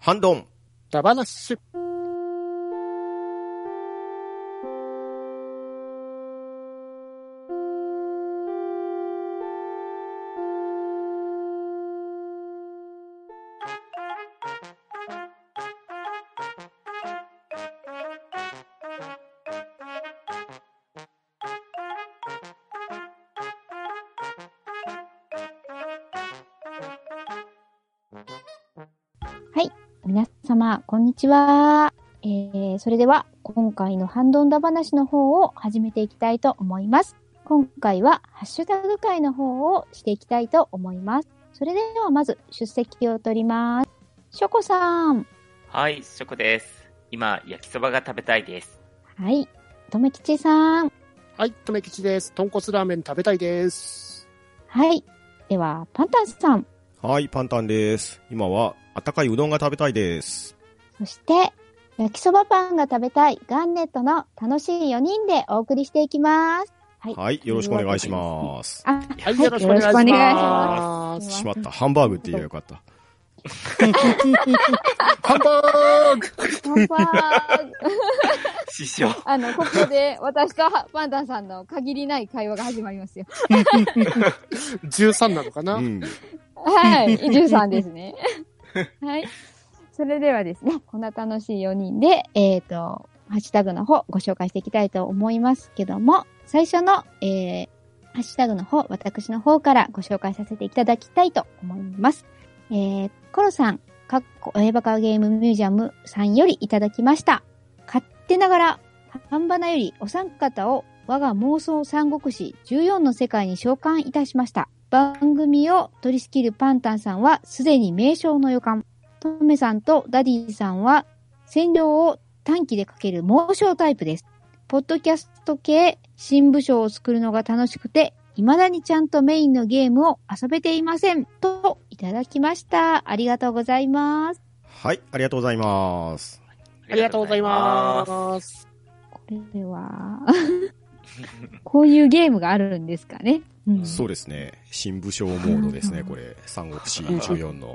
ハンドンダバナッシュ。 はい。皆様、こんにちは。それでは、今回のハンドンダ話の方を始めていきたいと思います。今回は、ハッシュタグ会の方をしていきたいと思います。それでは、まず、出席を取ります。ショコさん。 はい、ショコです。今、焼きそばが食べたいです。 はい。とめきちさん。 はい、とめきちです。豚骨ラーメン食べたいです。 はい。では、パンタンさん。 はい、パンタンです。今は、あったかいうどんが食べたいです。 そして、焼きそばパンが食べたいガンネットの楽しい4人でお送りしていきます。 はい。はい、よろしくお願いします。 はい、よろしくお願いします。 しまった。ハンバーグって言えばよかった。 ハンバーグハンバーグ師匠。 ここで私とパンタンさんの限りない会話が始まりますよ。 13なのかな、 はい、13ですね。はい。それではですね、こんな楽しい4人で、ハッシュタグの方ご紹介していきたいと思いますけども、最初の、ハッシュタグの方、私の方からご紹介させていただきたいと思います。コロさん、バカゲームミュージアムさんよりいただきました。勝手ながら、半ばなよりお三方を我が妄想三国志14の世界に召喚いたしました。番組を取り仕切るパンタンさんはすでに名称の予感。トメさんとダディさんは占領を短期でかける猛将タイプです。ポッドキャスト系新武将を作るのが楽しくて、未だにちゃんとメインのゲームを遊べていません。といただきました。ありがとうございます。 はい、ありがとうございます。 ありがとうございます。 これは、こういうゲームがあるんですかね。 うん、そうですね。新武将モードですね、これ。三国志14の。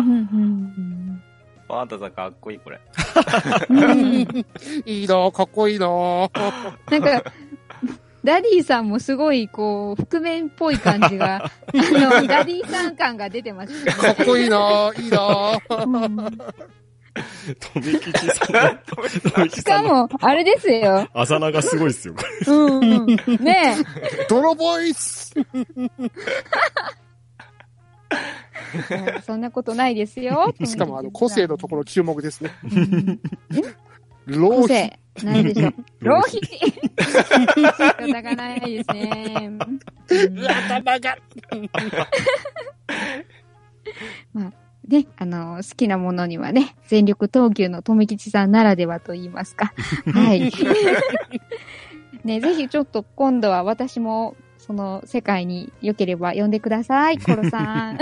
パンタさんかっこいい、これ。 いいな、かっこいいな。 なんか、ダディさんもすごい、こう、覆面っぽい感じが、ダディさん感が出てますね。 かっこいいな、いいな。 とめきちさん。 しかも、あれですよ。 あざながすごいっすよ、これ。ねえ。泥ボイスそんなことないですよ。 しかも、個性のところ注目ですね。 個性。ないでしょ。浪費仕方がないですね。 頭がまあ、ね、好きなものにはね、全力投球のとめきちさんならではと言いますか。はい。ね、ぜひちょっと今度は私も、その世界に良ければ呼んでください、コロさん。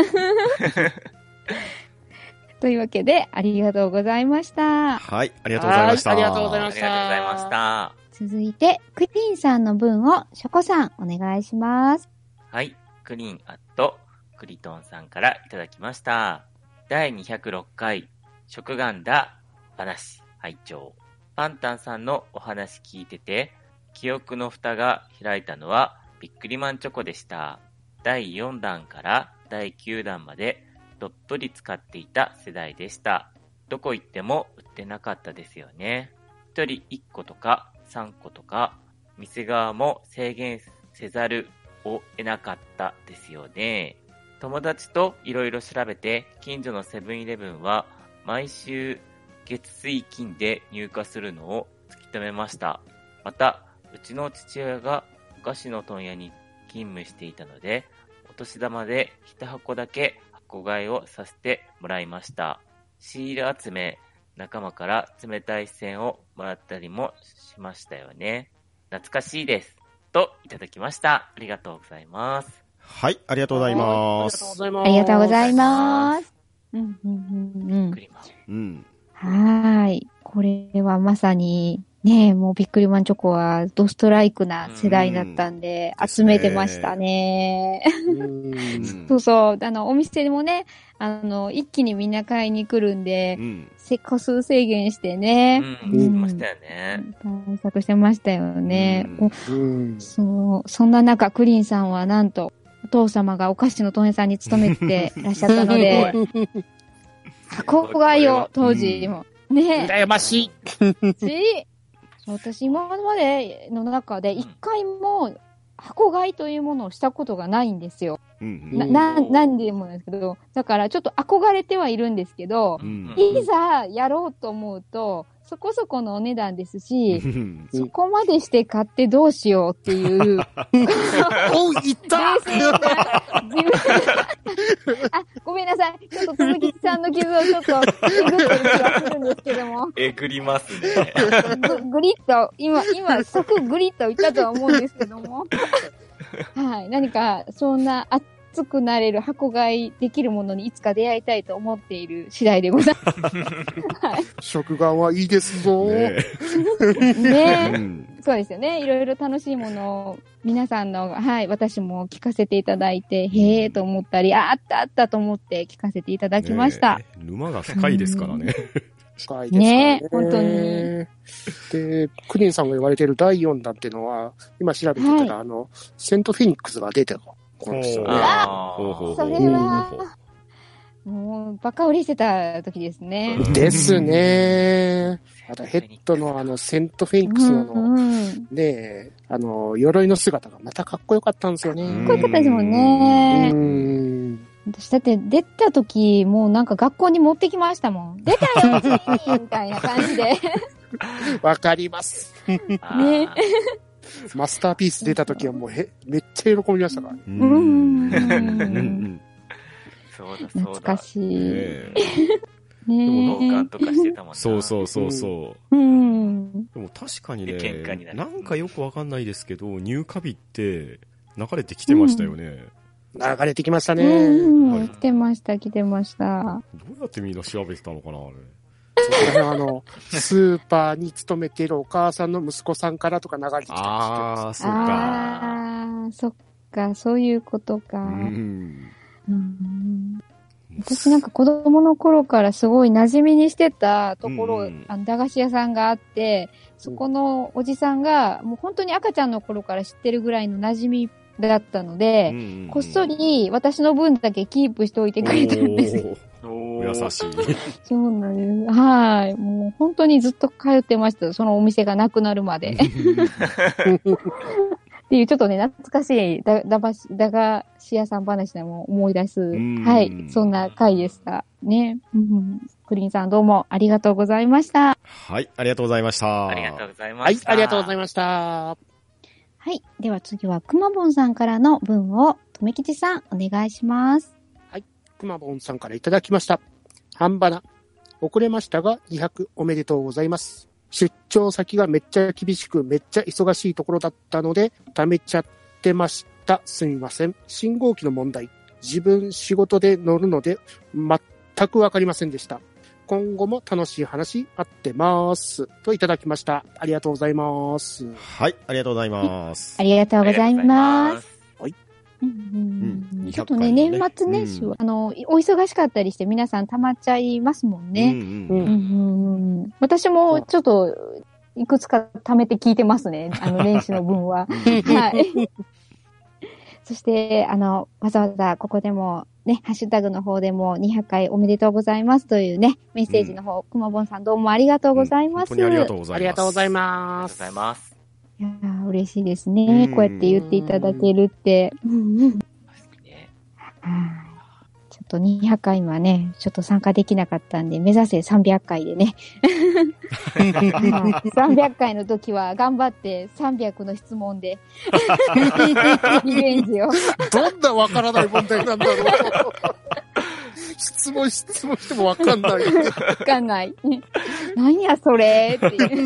というわけで、ありがとうございました。 はい、ありがとうございました。 ありがとうございました。 ありがとうございました。 続いて、クリーンさんの分をショコさん、お願いします。 はい、クリーンクリトンさんからいただきました。第206回、食玩だ話、拝聴。パンタンさんのお話聞いてて、記憶の蓋が開いたのはビックリマンチョコでした。第4弾から第9弾までどっぷり使っていた世代でした。どこ行っても売ってなかったですよね。1人1個とか3個とか、店側も制限せざるを得なかったですよね。友達といろいろ調べて、近所のセブンイレブンは毎週月水金で入荷するのを突き止めました。また、うちの父親がお菓子の問屋に勤務していたので、お年玉で1箱だけ箱買いをさせてもらいました。シール集め、仲間から冷たい視線をもらったりもしましたよね。懐かしいです。といただきました。ありがとうございます。 はい、ありがとうございます。 ありがとうございます。 クリマン。 はい。これはまさに、 ねえ、もうビックリマンチョコはドストライクな世代だったんで、集めてましたね。そうそう。お店でもね、一気にみんな買いに来るんで、個数制限してね。 してましたよね。 対策してましたよね。そんな中、クリンさんはなんと、お父様がお菓子のトンヘさんに勤めてらっしゃったので、箱買いを当時も、ね。 羨ましい。 私今までの中で一回も箱買いというものをしたことがないんですよ。なんでもなんですけど、だからちょっと憧れてはいるんですけど、いざやろうと思うと、そこそこのお値段ですし、そこまでして買ってどうしようっていう。 おう、いったごめんなさい。ちょっと鈴木さんの傷をちょっとえぐってる気がするんですけども。 えぐりますね。 ぐりっと、今、即ぐりっといったとは思うんですけども。はい。何か、そんな熱くなれる箱買いできるものにいつか出会いたいと思っている次第でございます。はい。 食玩はいいですぞ。 ねそうですよね。いろいろ楽しいものを皆さんの、はい、私も聞かせていただいて、へーと思ったり、あったと思って聞かせていただきました。 沼が深いですからね。 深いですからね。本当に。 で、クリンさんが言われている第4弾っていうのは、今調べてたら、セントフェニックスが出てる。この人ね。 それは、もう、バカ売りしてた時ですね。 ですね。あと、ヘッドのセントフェニックスのね、鎧の姿がまたかっこよかったんですよね。 かっこよかったですもんね。私だって出た時、もうなんか学校に持ってきましたもん。出たよ、みたいな感じで。 わかります。 ね。 マスターピース出た時はもうめっちゃ喜びましたから。 そうだ。 懐かしい。 でも農家とかしてたもんね。 そう。でも確かにね、なんかよくわかんないですけど、ニューカビって流れてきてましたよね。 流れてきましたね。 来てました。 どうやってみんな調べてたのかな、あれ。 スーパーに勤めているお母さんの息子さんからとか流れてきたりしてます。 そっか、そういうことか。私なんか子供の頃からすごい馴染みにしてたところ、駄菓子屋さんがあって、そこのおじさんがもう本当に赤ちゃんの頃から知ってるぐらいの馴染みだったので、こっそり私の分だけキープしておいてくれたんですよ。 優しい。 そうなんです。はい。もう本当にずっと通ってました。そのお店がなくなるまで。っていうちょっとね、懐かしい駄菓子屋さん話でも思い出す。はい。そんな回でした。ね。クリンさんどうもありがとうございました。 はい。ありがとうございました。 ありがとうございました。 はい。ありがとうございました。 はい。では次はくまぼんさんからの文を、とめきちさんお願いします。 くまぼんさんからいただきました。半ばな。遅れましたが、200おめでとうございます。出張先がめっちゃ厳しく、めっちゃ忙しいところだったので、貯めちゃってました。すみません。信号機の問題。自分仕事で乗るので、全くわかりませんでした。今後も楽しい話あってます。といただきました。ありがとうございます。 はい、ありがとうございます。 ありがとうございます。 ちょっとね、年末年始は、お忙しかったりして皆さん溜まっちゃいますもんね。私もちょっと、いくつか貯めて聞いてますね。年始の分は。はい。そして、わざわざここでも、ね、ハッシュタグの方でも200回おめでとうございますというね、メッセージの方、くまぼんさんどうもありがとうございます。 本当にありがとうございます。 ありがとうござざいます。 ありがとうございます。 いやー、嬉しいですね。こうやって言っていただけるって。ちょっと200回はね、ちょっと参加できなかったんで、目指せ300回でね。300回の時は頑張って300の質問で、リベンジを。 どんなわからない問題なんだろう。質問してもわかんない。 わかんない。何やそれっていう。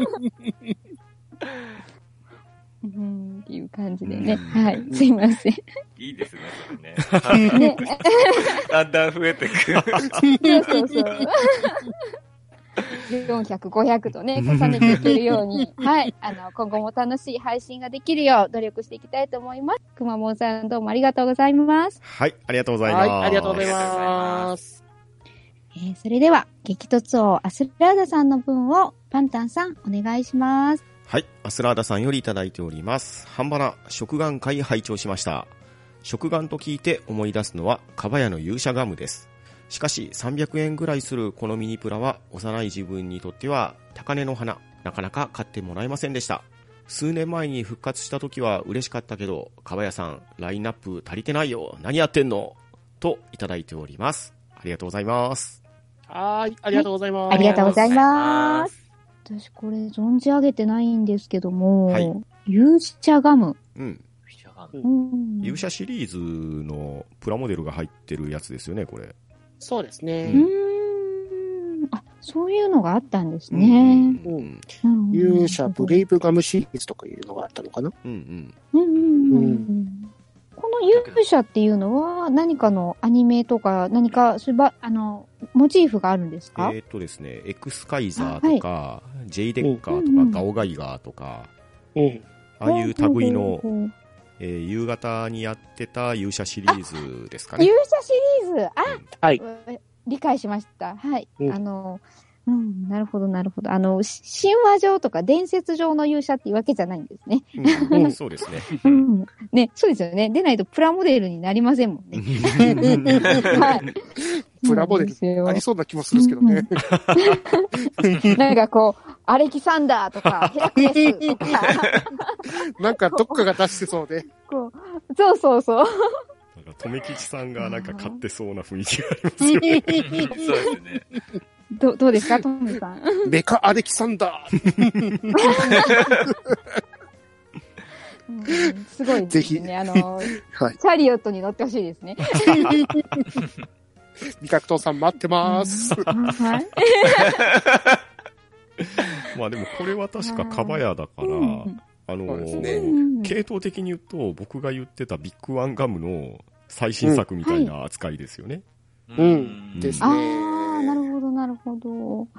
っていう感じでね。はい。すいません。 いいですね、それね。だんだん増えてく。 そう。 400、500とね、重ねていけるように、はい、今後も楽しい配信ができるよう努力していきたいと思います。くまモンさんどうもありがとうございます。 はい、ありがとうございます。 はい、ありがとうございます。 それでは、激突王アスラーダさんの分をパンタンさんお願いします。 はい、アスラーダさんよりいただいております。半ばな食玩会拝聴しました。食玩と聞いて思い出すのは、かばやの勇者ガムです。しかし、300円ぐらいするこのミニプラは、幼い自分にとっては、高嶺の花、なかなか買ってもらえませんでした。数年前に復活した時は嬉しかったけど、かばやさん、ラインナップ足りてないよ。何やってんのといただいております。ありがとうございます。 はい、ありがとうございます。 ありがとうございます。私これ存じ上げてないんですけども、はい、勇者ガム。 うん。勇者シリーズのプラモデルが入ってるやつですよね、これ。 そうですね。 あ、そういうのがあったんですね。 勇者ブレイブガムシリーズとかいうのがあったのかな。 この勇者っていうのは何かのアニメとか何かモチーフがあるんですか？ ですね、エクスカイザーとか、ジェイデッカーとか、ガオガイガーとか、ああいう類の、夕方にやってた勇者シリーズですかね。 勇者シリーズ、 はい。 理解しました。はい。なるほど、なるほど。神話上とか伝説上の勇者っていうわけじゃないんですね。 そうですね。 ね、そうですよね。でないとプラモデルになりませんもんね。はい。 プラモデルありそうな気もするんですけどね。なんかこう、アレキサンダーとか、ヘラクレスとか。 なんかどっかが出してそうで。 そうそうそう。 とめきちさんがなんか買ってそうな雰囲気がありますよね。 そうですね。 どうですか、トムさん。 メカアレキサンダーすごいですね。ぜひ。チャリオットに乗ってほしいですね。 味覚党さん待ってます。 はい。 まあでもこれは確かかばやだから、系統的に言うと僕が言ってたビッグワンガムの最新作みたいな扱いですよね。 ですね。 なるほど、なるほど。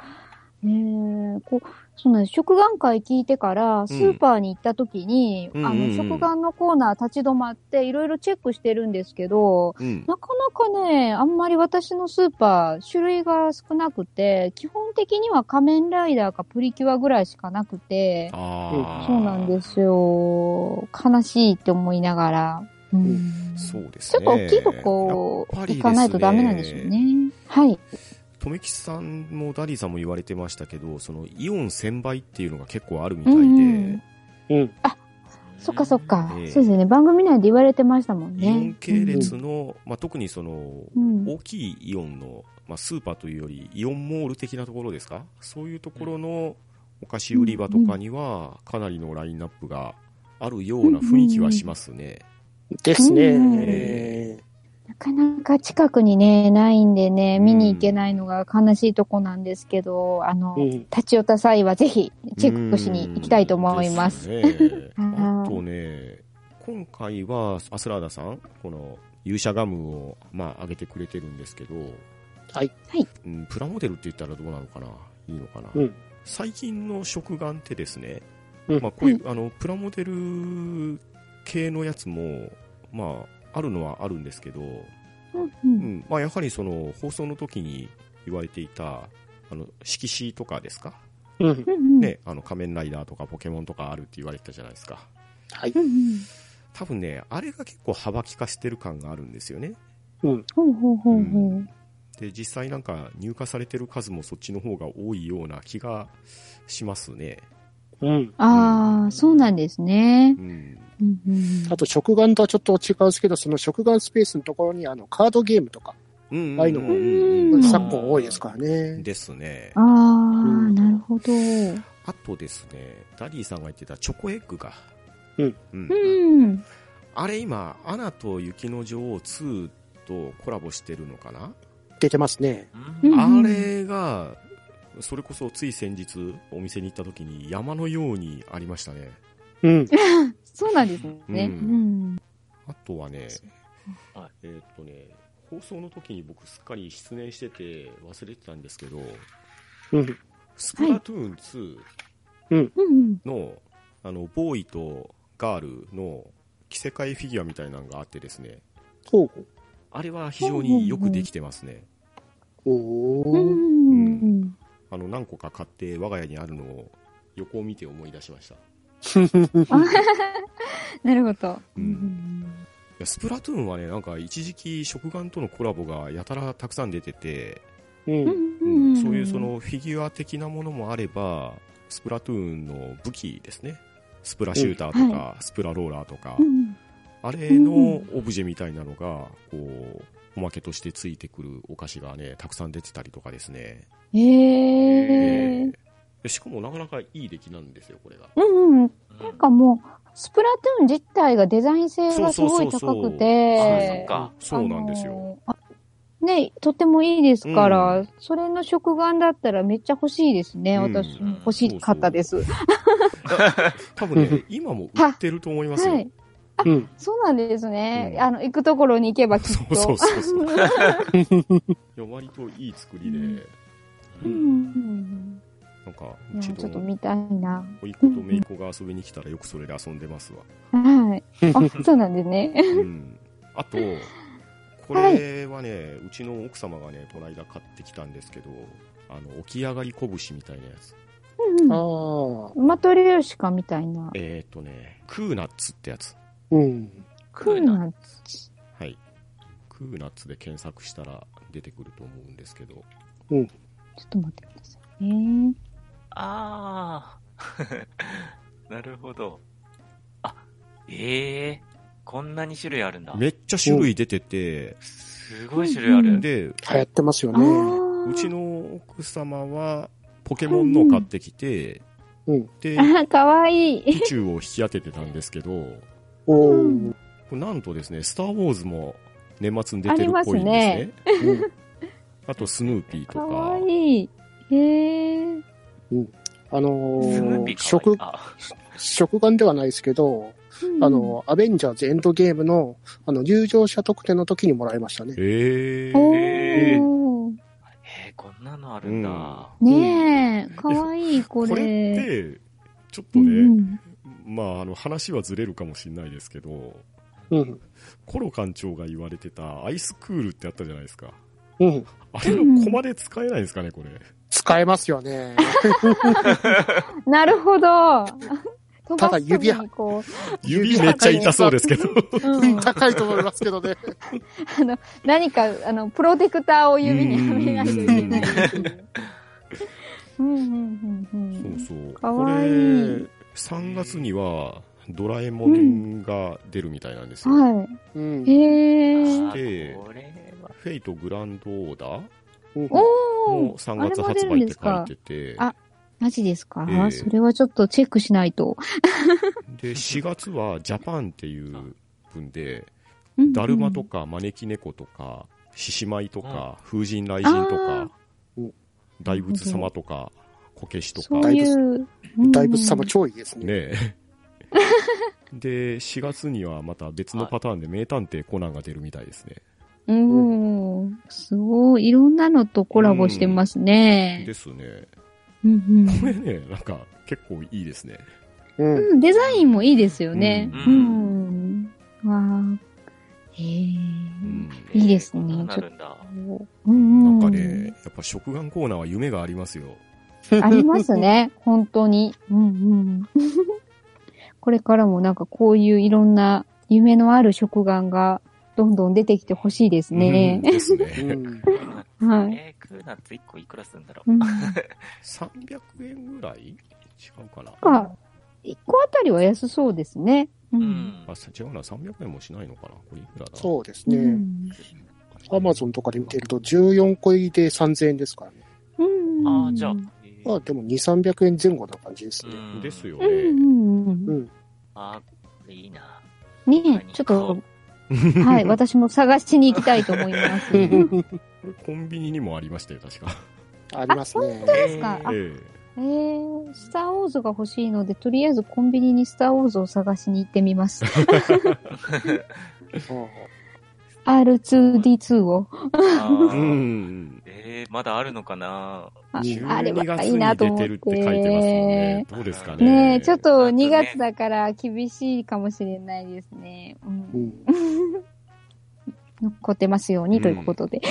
そうなんです。食玩会聞いてから、スーパーに行った時に、食玩のコーナー立ち止まって、いろいろチェックしてるんですけど、なかなかね、あんまり私のスーパー、種類が少なくて、基本的には仮面ライダーかプリキュアぐらいしかなくて、そうなんですよ。悲しいって思いながら。 そうですね。 ちょっと大きいとこ行かないとダメなんでしょうね。はい。 とめきさんもダディさんも言われてましたけど、そのイオン1000倍っていうのが結構あるみたいで。 そっかそっか。そうですよね。番組内で言われてましたもんね。 イオン系列の、特にその、大きいイオンの、スーパーというよりイオンモール的なところですか？そういうところのお菓子売り場とかには、かなりのラインナップがあるような雰囲気はしますね。 ですね。 なかなか近くにね、ないんでね、見に行けないのが悲しいとこなんですけど、立ち寄った際はぜひチェックしに行きたいと思います。 あとね、今回はアスラーダさん、この勇者ガムをあげてくれてるんですけど、 はい。 プラモデルって言ったらどうなのかな、いいのかな。最近の食玩ってですね、こういうプラモデル系のやつもあるのはあるんですけど、やはりその放送の時に言われていた色紙とかですか、ね、仮面ライダーとかポケモンとかあるって言われてたじゃないですか。 はい。 多分ね、あれが結構幅利かしてる感があるんですよね。で、実際なんか入荷されてる数もそっちの方が多いような気がしますね。 そうなんですね。 あと、食玩とはちょっと違うんですけど、その食玩スペースのところにカードゲームとか、ああいうのも昨今多いですからね。 ですね。 なるほど。 あとですね、ダディさんが言ってたチョコエッグが。あれ今、アナと雪の女王2とコラボしてるのかな？ 出てますね。 あれが、それこそつい先日お店に行った時に山のようにありましたね。 そうなんですね。 あとはね、放送の時に僕すっかり失念してて忘れてたんですけど、 スプラトゥーン2 うんうん。 の、ボーイとガールの着せ替えフィギュアみたいなのがあってですね、 ほうほう。 あれは非常によくできてますね。 おー。 うんうん何個か買って我が家にあるのを横を見て思い出しました。 なるほど。 うんいやスプラトゥーンはね、なんか一時期食玩とのコラボがやたらたくさん出てて、 うん。 そういうそのフィギュア的なものもあれば、スプラトゥーンの武器ですね。スプラシューターとか、スプラローラーとか、 うんあれのオブジェみたいなのが、こう、おまけとしてついてくるお菓子がね、たくさん出てたりとかですね。 へー。 でしかもなかなかいい出来なんですよ、これが。 うんうん。なんかもう、スプラトゥーン自体がデザイン性がすごい高くて、 そうなんですよ。 ね、とてもいいですから、 うん、 それの食玩だったらめっちゃ欲しいですね。私も欲しかったです。 多分ね、今も売ってると思いますよ。 はい。あ、そうなんですね。行くところに行けばきっと。 そう。割といい作りで。なんか、 ちょっと見たいな。 おいっ子とめいっ子が遊びに来たらよくそれで遊んでますわ。 はい。あ、そうなんですね。 あと、これはね、うちの奥様がね、この間買ってきたんですけど、起き上がり拳みたいなやつ。 マトリョーシカみたいな。 クーナッツってやつ。 クーナッツ。 はい。クーナッツで検索したら出てくると思うんですけど。 ちょっと待ってくださいね。 なるほど。こんなに種類あるんだ。 めっちゃ種類出てて、 すごい種類ある。 流で、 行ってますよね。 うちの奥様はポケモンの買ってきて、で、 かわいい。 ピチューを引き当ててたんですけど、なんとですね、スターウォーズも年末に出てるっぽいんですね。あとスヌーピーとか。 かわいい。へ食玩ではないですけど、アベンジャーズエンドゲームの、入場者特典の時にもらいましたね。 こんなのあるんだ。 ねえ、かわいい、これ。 これって、ちょっとね、まあ、話はずれるかもしれないですけど、コロ館長が言われてたアイスクールってあったじゃないですか。あれのコマで使えないんですかね、これ。 使えますよね。 なるほど。 ただ指めっちゃ痛そうですけど。 高いと思いますけどね。 何か、プロテクターを指にはめないといけない。 そう。 かわいい。 これ、3月にはドラえもんが出るみたいなんですよ。 はい。 で、フェイトグランドオーダーも 3月発売って書いてて。 マジですか、それはちょっとチェックしないと。 で、4月はジャパンっていう分で、だるまとか招き猫とか、獅子舞とか、風神雷神とか、大仏様とか、こけしとか。 大仏様超いいですね。 で、4月にはまた別のパターンで名探偵コナンが出るみたいですね。 すごい。いろんなのとコラボしてますね。 ですね。これね、なんか結構いいですね。 デザインもいいですよね。いいですね。 なんかね、やっぱ食玩コーナーは夢がありますよ。 ありますね。本当に。これからもなんかこういういろんな夢のある食玩がどんどん出てきてほしいですね。 ですね。 はい。 クーナッツ1個いくらするんだろう。300円ぐらい違うかな。 1個あたりは安そうですね。 違うな、300円もしないのかな。これいくらだ。 そうですね。アマゾンとかで見てると14個入りで3000円ですからね。 じゃあ。 でも2、300円前後な感じですね。 ですよね。 いいな。 ねえ、ちょっと、はい、私も探しに行きたいと思います。 コンビニにもありましたよ、確か。 ありますね。 本当ですか？スターウォーズが欲しいので、とりあえずコンビニにスターウォーズを探しに行ってみます。R2D2 を。 まだあるのかな。 あ 12 れば月いいなと思っに出てるって書いてますもんね。 て。 どうですかね。 ねえ、ちょっとあとね 2月だから厳しいかもしれないですね。う。 うんん残ってますようにということで。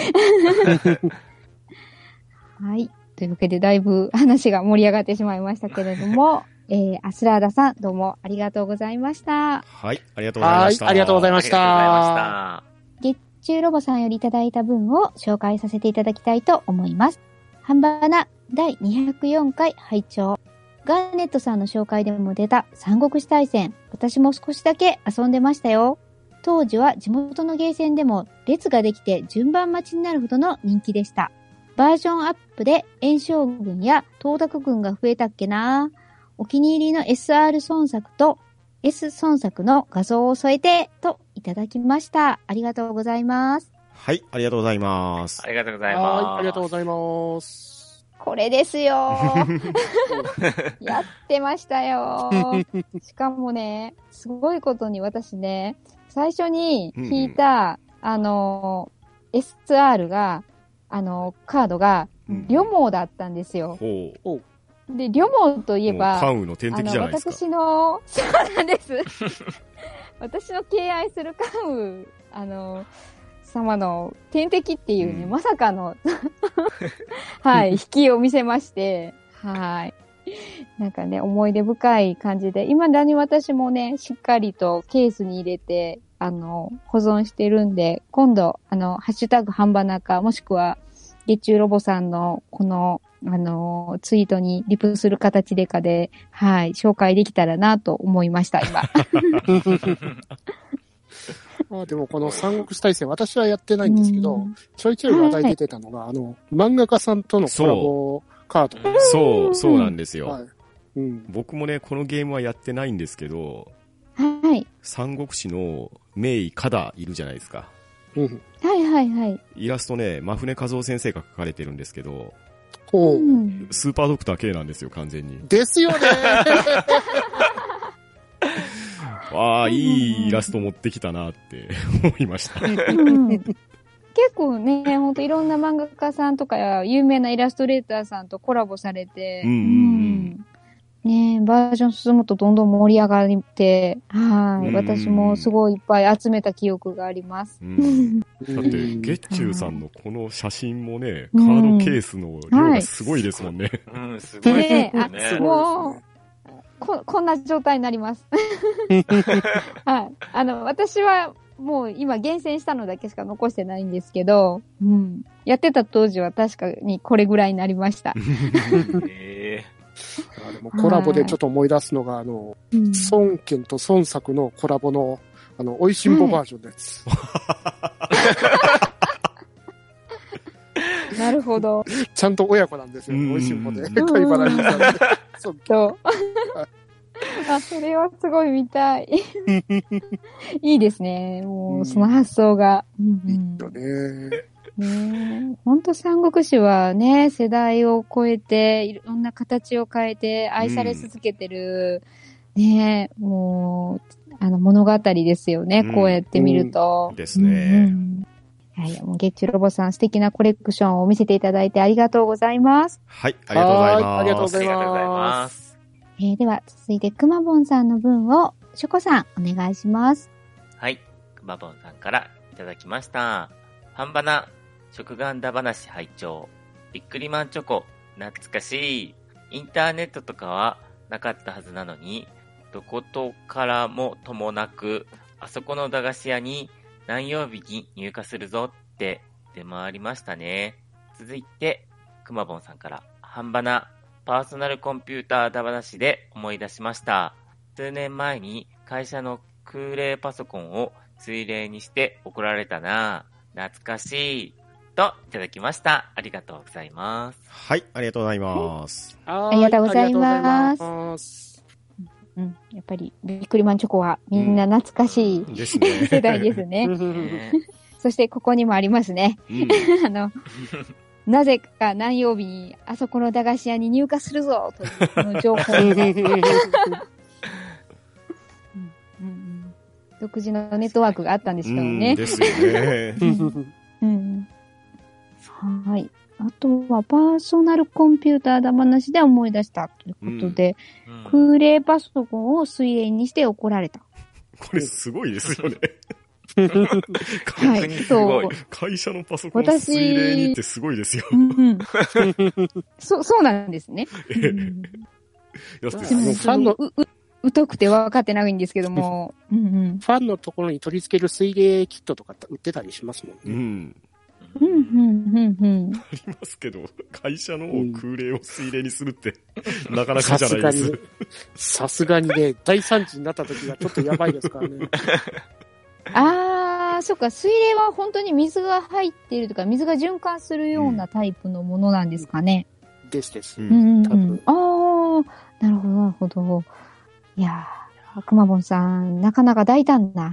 はい。というわけで、だいぶ話が盛り上がってしまいましたけれども、アスラーダさん、どうもありがとうございました。 はい、ありがとうございました。 はいありがとうございまありがとうございま月中ロボさんよりいただいた分を紹介させていただきたいと思います。ハンバナ第204回拝聴。ガーネットさんの紹介でも出た三国志大戦、私も少しだけ遊んでましたよ。当時は地元のゲーセンでも列ができて順番待ちになるほどの人気でした。バージョンアップで炎将軍や東卓軍が増えたっけな。お気に入りの SR 孫作と S 孫作の画像を添えてといただきました。ありがとうございます。 はい、ありがとうございますあ。りがとうございます。 はい、ありがとうございます。 これですよ。やってましたよ。しかもね、すごいことに私ね、最初に引いた、SR が、カードが、リョモだったんですよ。 ほう。 で、リョモといえば、 関羽の天敵じゃないですか。 私の、そうなんです。私の敬愛する関羽、様の天敵っていうね、まさかの、はい、引きを見せまして、はい。なんかね、思い出深い感じで、未だに私もね、しっかりとケースに入れて、保存してるんで、今度、ハッシュタグ半ばなか、もしくは、月中ロボさんの、この、ツイートにリプする形でかで、はい、紹介できたらなと思いました、今。 でもこの三国志大戦、私はやってないんですけど、ちょいちょい話題出てたのが、漫画家さんとのコラボカード。 そうなんですよ。 はい。 僕もね、このゲームはやってないんですけど、 はい。 三国志の名医カダいるじゃないですか。 はいはいはい。 イラストね、真船和夫先生が描かれてるんですけど、スーパードクター K なんですよ、完全に。 ですよねわあ、いいイラスト持ってきたなって思いました。 結構ね、ほんといろんな漫画家さんとか有名なイラストレーターさんとコラボされて、ね、バージョン進むとどんどん盛り上がって、はい、私もすごいいっぱい集めた記憶があります。 だって、月中さんのこの写真もね、カードケースの量がすごいですもんね。 すごいですね。 もう、こんな状態になります。はい。私はもう今厳選したのだけしか残してないんですけど、やってた当時は確かにこれぐらいになりました。 でもコラボでちょっと思い出すのが、孫権と孫作のコラボの、おいしんぼバージョンのやつ。 なるほど。 ちゃんと親子なんですよ、おいしんぼで。貝原兄さんで。 そう。それはすごい見たい。いいですね。もう、その発想が。 いいよね。 本当三国志はね、世代を超えて、いろんな形を変えて愛され続けてる、ね、もう、物語ですよね、こうやって見ると。 ですね。 はい、もう月中ロボさん素敵なコレクションを見せていただいてありがとうございます。 はい、ありがとうございます。 ありがとうございます。 では、続いてくまぼんさんの分を、しょこさん、お願いします。 はい、くまぼんさんからいただきました。半ばな、食玩だ話拝聴。ビックリマンチョコ、懐かしい。インターネットとかはなかったはずなのに、どことからもともなく、あそこの駄菓子屋に何曜日に入荷するぞって出回りましたね。続いて、くまぼんさんから、半ばな、パーソナルコンピューターだ話で思い出しました。数年前に会社の空冷パソコンを水冷にして送られたな。懐かしい。といただきました。ありがとうございます。 はい、ありがとうございます。 ありがとうございます。やっぱりビックリマンチョコはみんな懐かしい、 ですね、 世代ですね。そしてここにもありますね。なぜか何曜日にあそこの駄菓子屋に入荷するぞというこの情報が独自のネットワークがあったんでしょうね。 ですよね。 はい。 あとは、パーソナルコンピューターだ話で思い出したということで、 うん空冷パソコンを水冷にして怒られた。 これすごいですよね。 はい、 すごい。 会社のパソコン水冷にってすごいですよ。 うんうん、そうなんですね。うんいやでもファンの疎くて分かってないんですけども、うんうん、 ファンのところに取り付ける水冷キットとか売ってたりしますもんね。 うん。 うんうんうんありますけど、会社の空冷を水冷にするって、なかなかじゃないです。 さすがにね、大惨事になった時はちょっとやばいですからね。 ああ、そっか、水冷は本当に水が入っているとか、水が循環するようなタイプのものなんですかね。 です。 うんうん多分。 ああ、なるほど、なるほど。いやー、くまぼんさん、なかなか大胆な。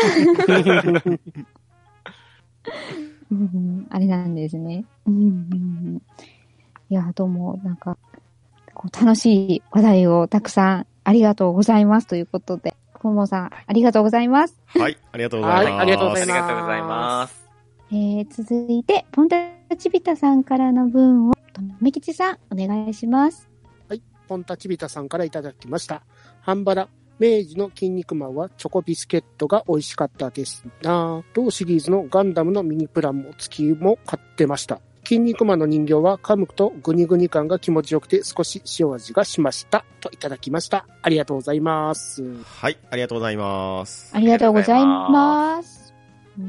うん、あれなんですね。うんうん、いや、どうも、なんか、こう楽しい話題をたくさんありがとうございますということで、くまぼんさん、ありがとうございます。 はい、ありがとうございます。 はい、ありがとうございます。 ありがとうございます。 続いて、ポンタチビタさんからの分を、とめきちさん、お願いします。 はい、ポンタチビタさんからいただきました。半バラ。明治の筋肉マンはチョコビスケットが美味しかったですな。同シリーズのガンダムのミニプランも月も買ってました。筋肉マンの人形は噛むとグニグニ感が気持ちよくて少し塩味がしました。といただきました。ありがとうございます。 はい、ありがとうございます。 ありがとうございます。 うん、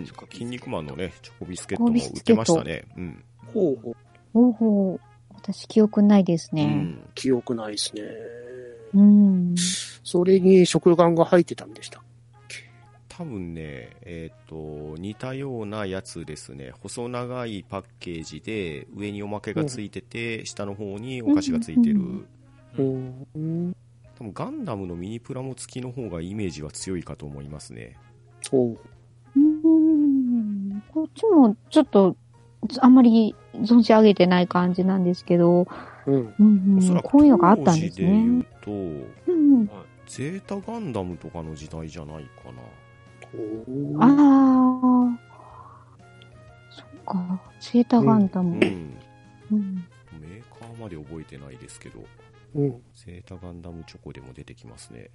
筋肉マンのね、チョコビスケットも売ってましたね。うん。 ほうほう。 ほうほう。私記憶ないですね。 うん、記憶ないですね。 うん。 それに食玩が入ってたんでしたっけ？ 多分ね、似たようなやつですね。細長いパッケージで、上におまけがついてて、下の方にお菓子がついてる。多分ガンダムのミニプラモ付きの方がイメージは強いかと思いますね。 こっちもちょっと、あんまり存じ上げてない感じなんですけど、こういうのがあったんですね。 当時で言うと、ゼータガンダムとかの時代じゃないかな。 ああ、そっか、ゼータガンダム。メーカーまで覚えてないですけど、ゼータガンダムチョコでも出てきますね。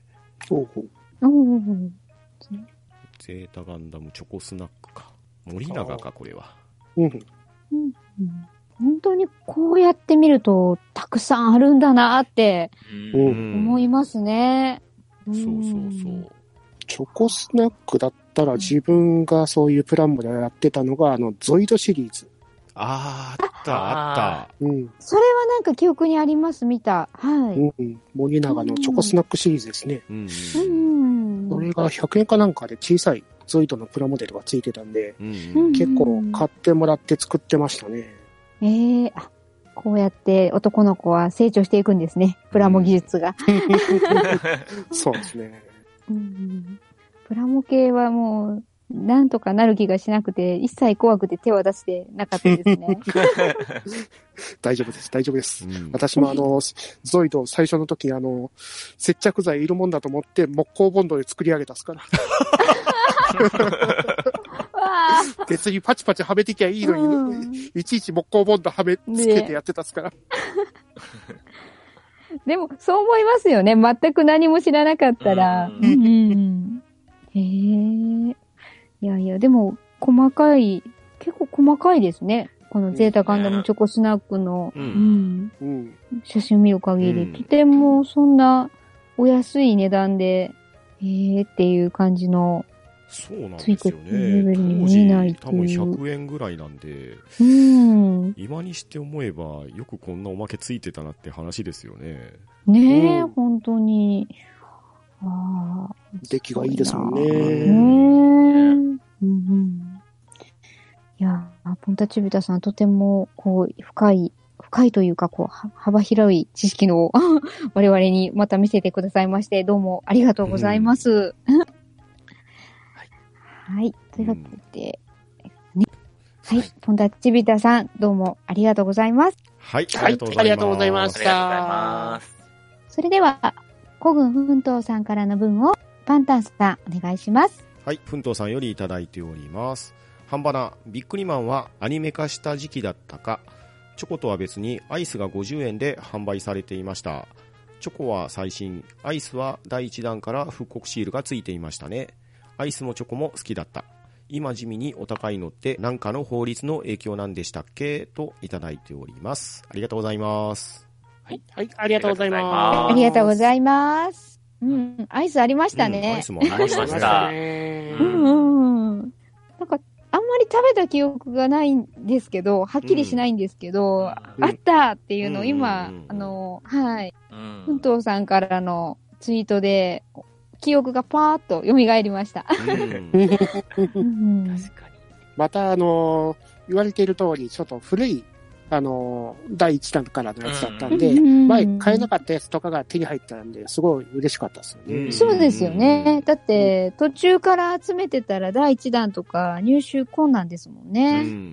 ゼータガンダムチョコスナックか。森永か、これは。 本当にこうやって見るとたくさんあるんだなって思いますね。 そう。 チョコスナックだったら自分がそういうプラモでやってたのがゾイドシリーズ。 あった。 それはなんか記憶にあります、見た。はい。 森永のチョコスナックシリーズですね。それが100円かなんかで小さいゾイドのプラモデルがついてたんで、結構買ってもらって作ってましたね。 こうやって男の子は成長していくんですね。プラモ技術が。 そうですね。 プラモ系はもう、なんとかなる気がしなくて、一切怖くて手は出してなかったですね。 大丈夫です。私もゾイド最初の時接着剤いるもんだと思って木工ボンドで作り上げたっすから。別にパチパチはめてきゃいいのに、いちいち木工ボンドはめつけてやってたっすから。 でも、そう思いますよね。全く何も知らなかったら。いや、でも、結構細かいですね。このゼータガンダムチョコスナックの、写真見る限り、とてもそんなお安い値段で、っていう感じの、 そうなんですよね。当時多分100円ぐらいなんで、今にして思えばよくこんなおまけついてたなって話ですよね。 ねえ、本当に。 出来がいいですもんね。 いや、ポンタチビタさんとても深いというか幅広い知識の我々にまた見せてくださいましてどうもありがとうございます。はい。というわけで、はい。ポンタチビタさん、どうもありがとうございます。 はい。ありがとうございました。 それでは、孤軍奮闘さんからの分を、パンタンさん、お願いします。 はい。奮闘さんよりいただいております。 半ばな、ビックリマンはアニメ化した時期だったか、チョコとは別にアイスが50円で販売されていました。チョコは最新、アイスは第1弾から復刻シールがついていましたね。アイスもチョコも好きだった。今地味にお高いのって何かの法律の影響なんでしたっけといただいております。ありがとうございます。 はい、はい、ありがとうございます。 ありがとうございます。うん、アイスありましたね。 アイスもありました。 なんか、あんまり食べた記憶がないんですけど、はっきりしないんですけど、あったっていうのを今、はい。奮闘さんからのツイートで、記憶がパーッと蘇りました。確かに。また、言われている通り、ちょっと古い、第1弾からのやつだったんで、前買えなかったやつとかが手に入ったんで、すごい嬉しかったですよね。 そうですよね。だって、途中から集めてたら第1弾とか入手困難ですもんね。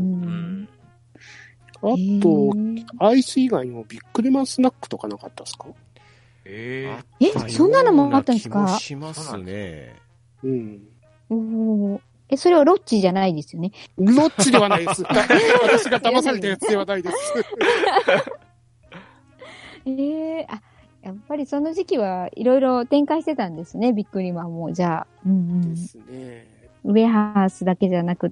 あと、アイス以外にもビックリマンスナックとかなかったですか？ そんなのもあったんですか？ しますね。 それはロッチじゃないですよね。 ロッチではないです。私が騙されたやつではないです。 やっぱりその時期はいろいろ展開してたんですね、ビックリマンも。じゃあ。 ですね。 ウェハースだけじゃなくって。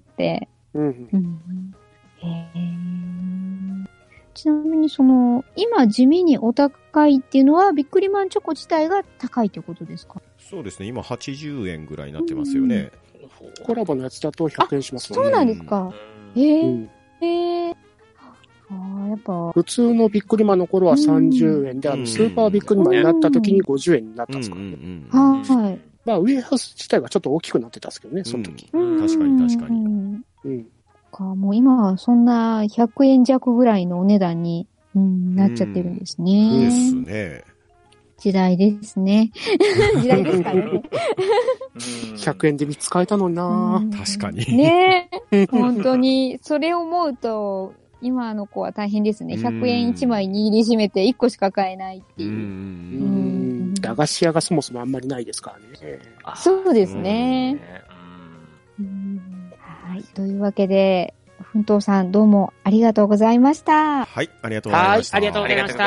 ちなみに今地味にお高いっていうのは、ビックリマンチョコ自体が高いってことですか？ そうですね。今80円ぐらいになってますよね。 コラボのやつだと100円しますもんね。そうなんですか。やっぱ。 普通のビックリマンの頃は30円で、スーパービックリマンになった時に50円になったんですかね。 はい。 まあ、ウェハース自体がちょっと大きくなってたんですけどね、その時。 確かに。 もう今はそんな100円弱ぐらいのお値段に、なっちゃってるんですね。 ですね。 時代ですね。時代ですからね。 100円で見つかえたのにな確かに。 ねえ。本当に、それを思うと、今の子は大変ですね。100円1枚握りしめて1個しか買えないっていう。 駄菓子屋がそもそもあんまりないですからね。 そうですね。はい。というわけで、奮闘さんどうもありがとうございました。 はい、ありがとうございました。 ありがとうございました。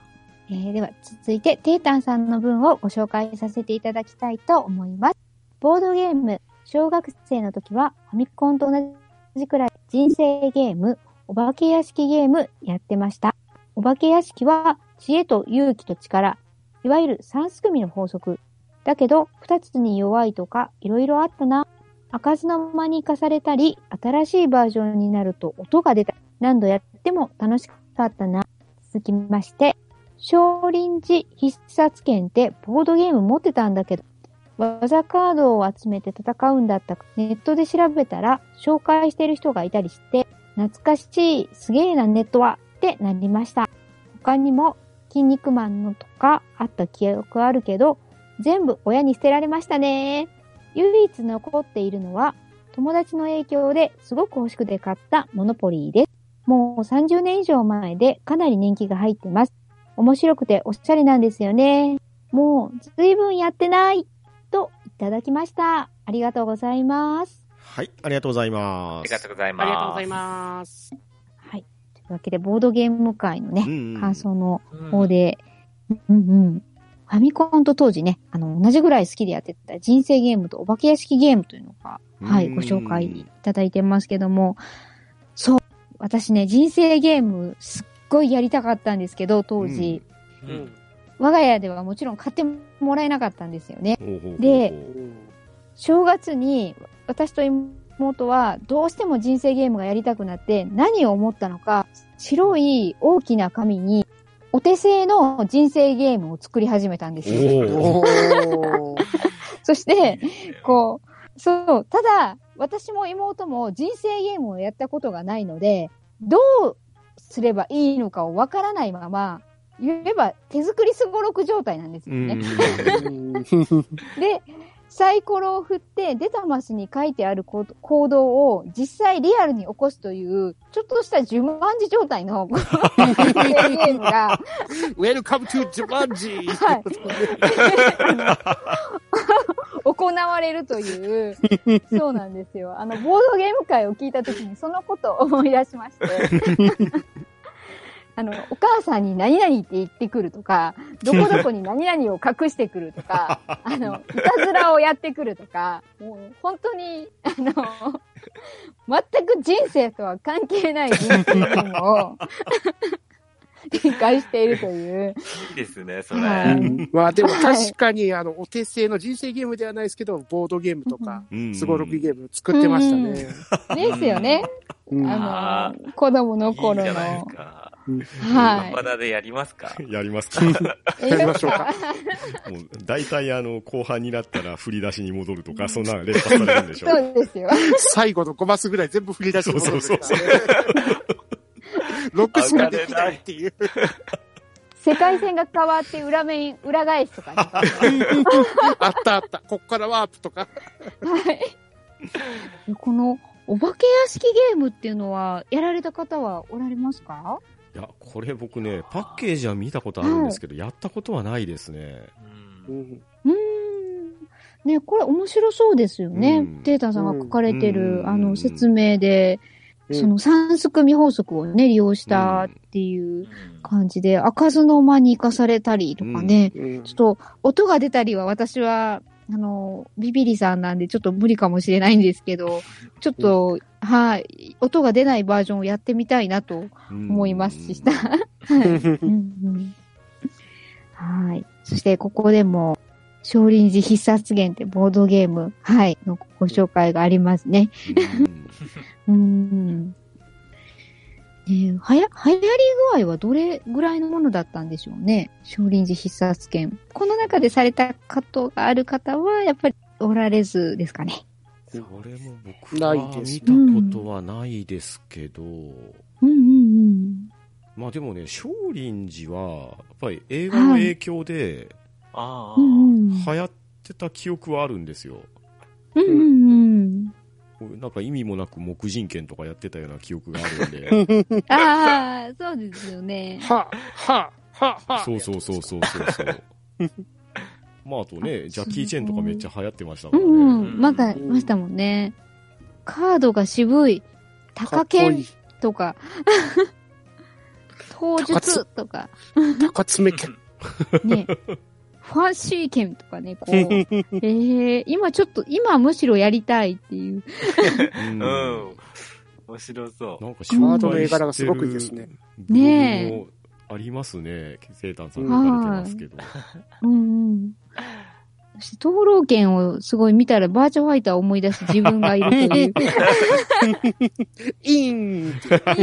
では続いて、テータンさんの分をご紹介させていただきたいと思います。ボードゲーム、小学生の時はファミコンと同じくらい人生ゲーム、お化け屋敷ゲームやってました。お化け屋敷は知恵と勇気と力、いわゆる3すくみの法則。だけど、2つに弱いとかいろいろあったな。開かずの間に生かされたり、新しいバージョンになると音が出た。何度やっても楽しかったな。続きまして、少林寺必殺剣ってボードゲーム持ってたんだけど、技カードを集めて戦うんだったか、ネットで調べたら紹介してる人がいたりして、懐かしい、すげえなネットはってなりました。他にも、筋肉マンのとかあった記憶あるけど、全部親に捨てられましたね。唯一残っているのは、友達の影響ですごく欲しくて買ったモノポリーです。もう30年以上前でかなり年季が入ってます。面白くておしゃれなんですよね。もう随分やってないといただきました。ありがとうございます。 はい、ありがとうございます。 ありがとうございます。 ありがとうございます。 はい。というわけで、ボードゲーム界のね、感想の方で、ファミコンと当時ね、同じぐらい好きでやってた人生ゲームとお化け屋敷ゲームというのが、はい、ご紹介いただいてますけども、そう、私ね、人生ゲームすっごいやりたかったんですけど、当時。我が家ではもちろん買ってもらえなかったんですよね。で、正月に私と妹はどうしても人生ゲームがやりたくなって何を思ったのか、白い大きな紙にお手製の人生ゲームを作り始めたんですよ。そして、そう、ただ、私も妹も人生ゲームをやったことがないので、どうすればいいのかをわからないまま、言えば手作りすごろく状態なんですよね。で、サイコロを振って出たマスに書いてある行動を実際リアルに起こすという、ちょっとしたジュマンジ状態のゲームが。 Welcome to ジュマンジはい。 行われるという、そうなんですよ。ボードゲーム会を聞いたときにそのことを思い出しまして、お母さんに何々って言ってくるとか、どこどこに何々を隠してくるとか、いたずらをやってくるとか、もう本当に、全く人生とは関係ない人生ゲームを展開しているという。 いいですね、それ。 まあでも確かに、お手製の人生ゲームではないですけど、ボードゲームとか、スゴロクゲーム作ってましたね。 ですよね。子供の頃の。 いいじゃないですか。 はい。 まだでやりますか？ やりますか？ やりましょうか。 もう大体後半になったら振り出しに戻るとか、そんな連発されるんでしょう。 そうですよ。 最後の5マスぐらい全部振り出しに戻る。そう。6しかできないっていう。 世界線が変わって裏返しとかね。 あった。こっからワープとか。 はい。このお化け屋敷ゲームっていうのは、やられた方はおられますか？ いや、これ僕ね、パッケージは見たことあるんですけど、やったことはないですね。 ね、これ面白そうですよね。テータさんが書かれてる、説明で、その三すくみ法則をね、利用したっていう感じで、開かずの間に生かされたりとかね、ちょっと音が出たりは私は、ビビリさんなんでちょっと無理かもしれないんですけど、ちょっと、はい、音が出ないバージョンをやってみたいなと思いますした。はい。そしてここでも、少林寺必殺弦ってボードゲーム、はい、のご紹介がありますね。流行り具合はどれぐらいのものだったんでしょうね。少林寺必殺剣。この中でされたことがある方は、やっぱりおられずですかね。 それも僕は見たことはないですけど。まあでもね、少林寺は、やっぱり映画の影響で、流行ってた記憶はあるんですよ。なんか意味もなく木人剣とかやってたような記憶があるんで。 ああ、そうですよね。 そう。まああとね、ジャッキー・チェンとかめっちゃ流行ってましたからね。 ましたもんね。カードが渋い。高剣とか。刀術とか。 高爪剣。 ね。ファンシー剣とかね、こう。今むしろやりたいっていう。 面白そう。 なんかカードの絵柄がすごくいいですね。 ねえ。ありますね。セータンさん書かれてますけど。 そして、灯籠剣をすごい見たらバーチャファイターを思い出し自分がいるという。 イン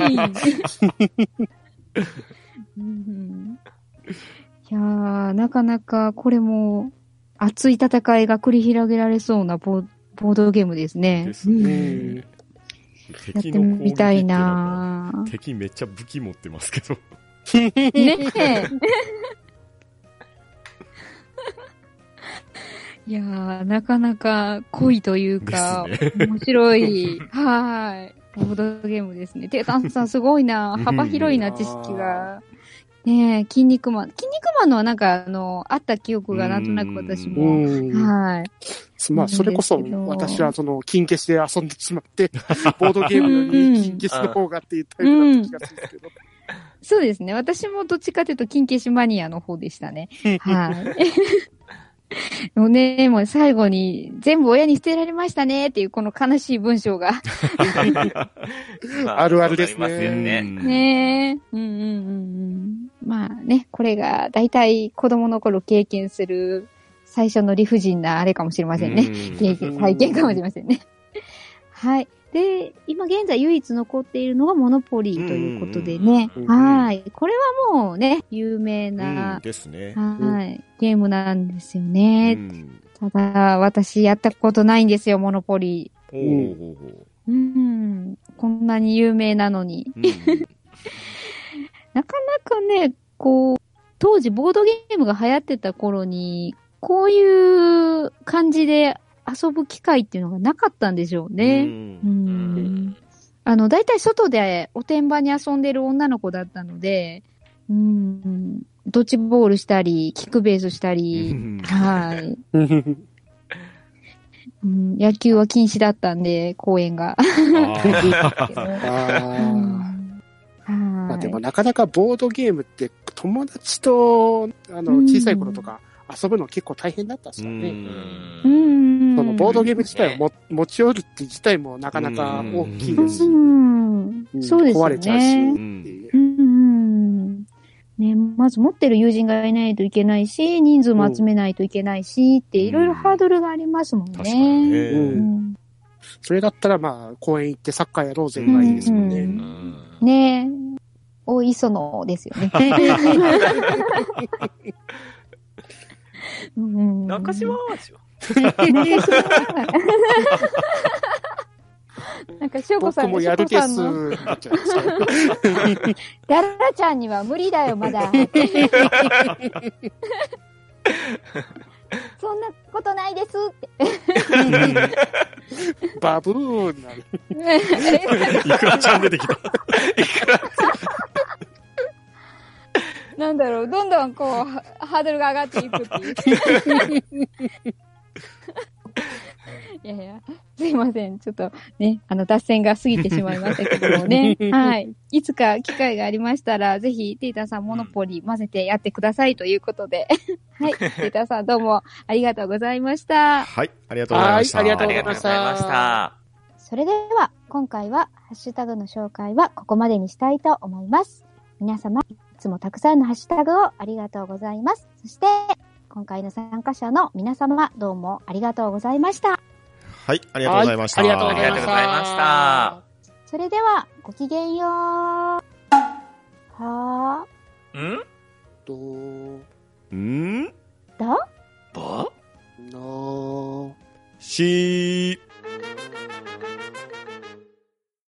いやー、なかなかこれも熱い戦いが繰り広げられそうなボードゲームですね。 ですね。 やってみたいなぁ。 敵めっちゃ武器持ってますけど。 ねえ。いやー、なかなか濃いというか、面白い。はい。ボードゲームですね。テータンさんすごいな。幅広いな、知識が。ねえ、筋肉マンのはなんかあった記憶がなんとなく私も。はい。 まあ、それこそ、私は金消しで遊んでしまって、ボードゲームより金消しの方がっていうタイプだった気がするんですけど。 そうですね。私もどっちかというと金消しマニアの方でしたね。はい。もう最後に全部親に捨てられましたねっていうこの悲しい文章が。 あるあるですね。 ねえ。まあね、これが大体子供の頃経験する最初の理不尽なあれかもしれませんね。体験かもしれませんね。はい。で、今現在唯一残っているのがモノポリーということでね。はい。これはもうね、有名な、 ですね。 はい。ゲームなんですよね。ただ、私やったことないんですよ、モノポリー。こんなに有名なのに。なかなかね、こう、当時ボードゲームが流行ってた頃に、こういう感じで遊ぶ機会っていうのがなかったんでしょうね。だいたい外でおてんばに遊んでる女の子だったので、ドッジボールしたり、キックベースしたり、はい。 野球は禁止だったんで、公園が。 あーまあでもなかなかボードゲームって友達と、小さい頃とか遊ぶの結構大変だったんですよね。そのボードゲーム自体を持ち寄るって自体もなかなか大きいですし、 そうですよね。 壊れちゃうし、 ね、まず持ってる友人がいないといけないし、人数も集めないといけないし、っていろいろハードルがありますもんね。 確かにね。 それだったらまあ公園行ってサッカーやろうぜがいいですもんね。 ねえ。大磯野ですよね。 中島ですよ。 なんか、しょうこさん僕もやるです。 ダラちゃんには無理だよ、まだ。そんなことないですって。 バブーンなる。 いくらちゃん出てきた。 なんだろう、どんどんこう、ハードルが上がっていくっていう。いやいや、すいません。ちょっとね、脱線が過ぎてしまいましたけどもね。はい。いつか機会がありましたら、ぜひ、テイタさんモノポリ混ぜてやってくださいということで。はい。テイタさんどうもありがとうございました。 はい、ありがとうございました。 はい、ありがとうございましありがとうございました。 それでは、今回は、ハッシュタグの紹介はここまでにしたいと思います。皆様、いつもたくさんのハッシュタグをありがとうございます。そして、今回の参加者の皆様、どうもありがとうございました。 はい、ありがとうございました。 はい、ありがとうございました。 ありがとうございました。 それでは、ごきげんよう。はんだばのし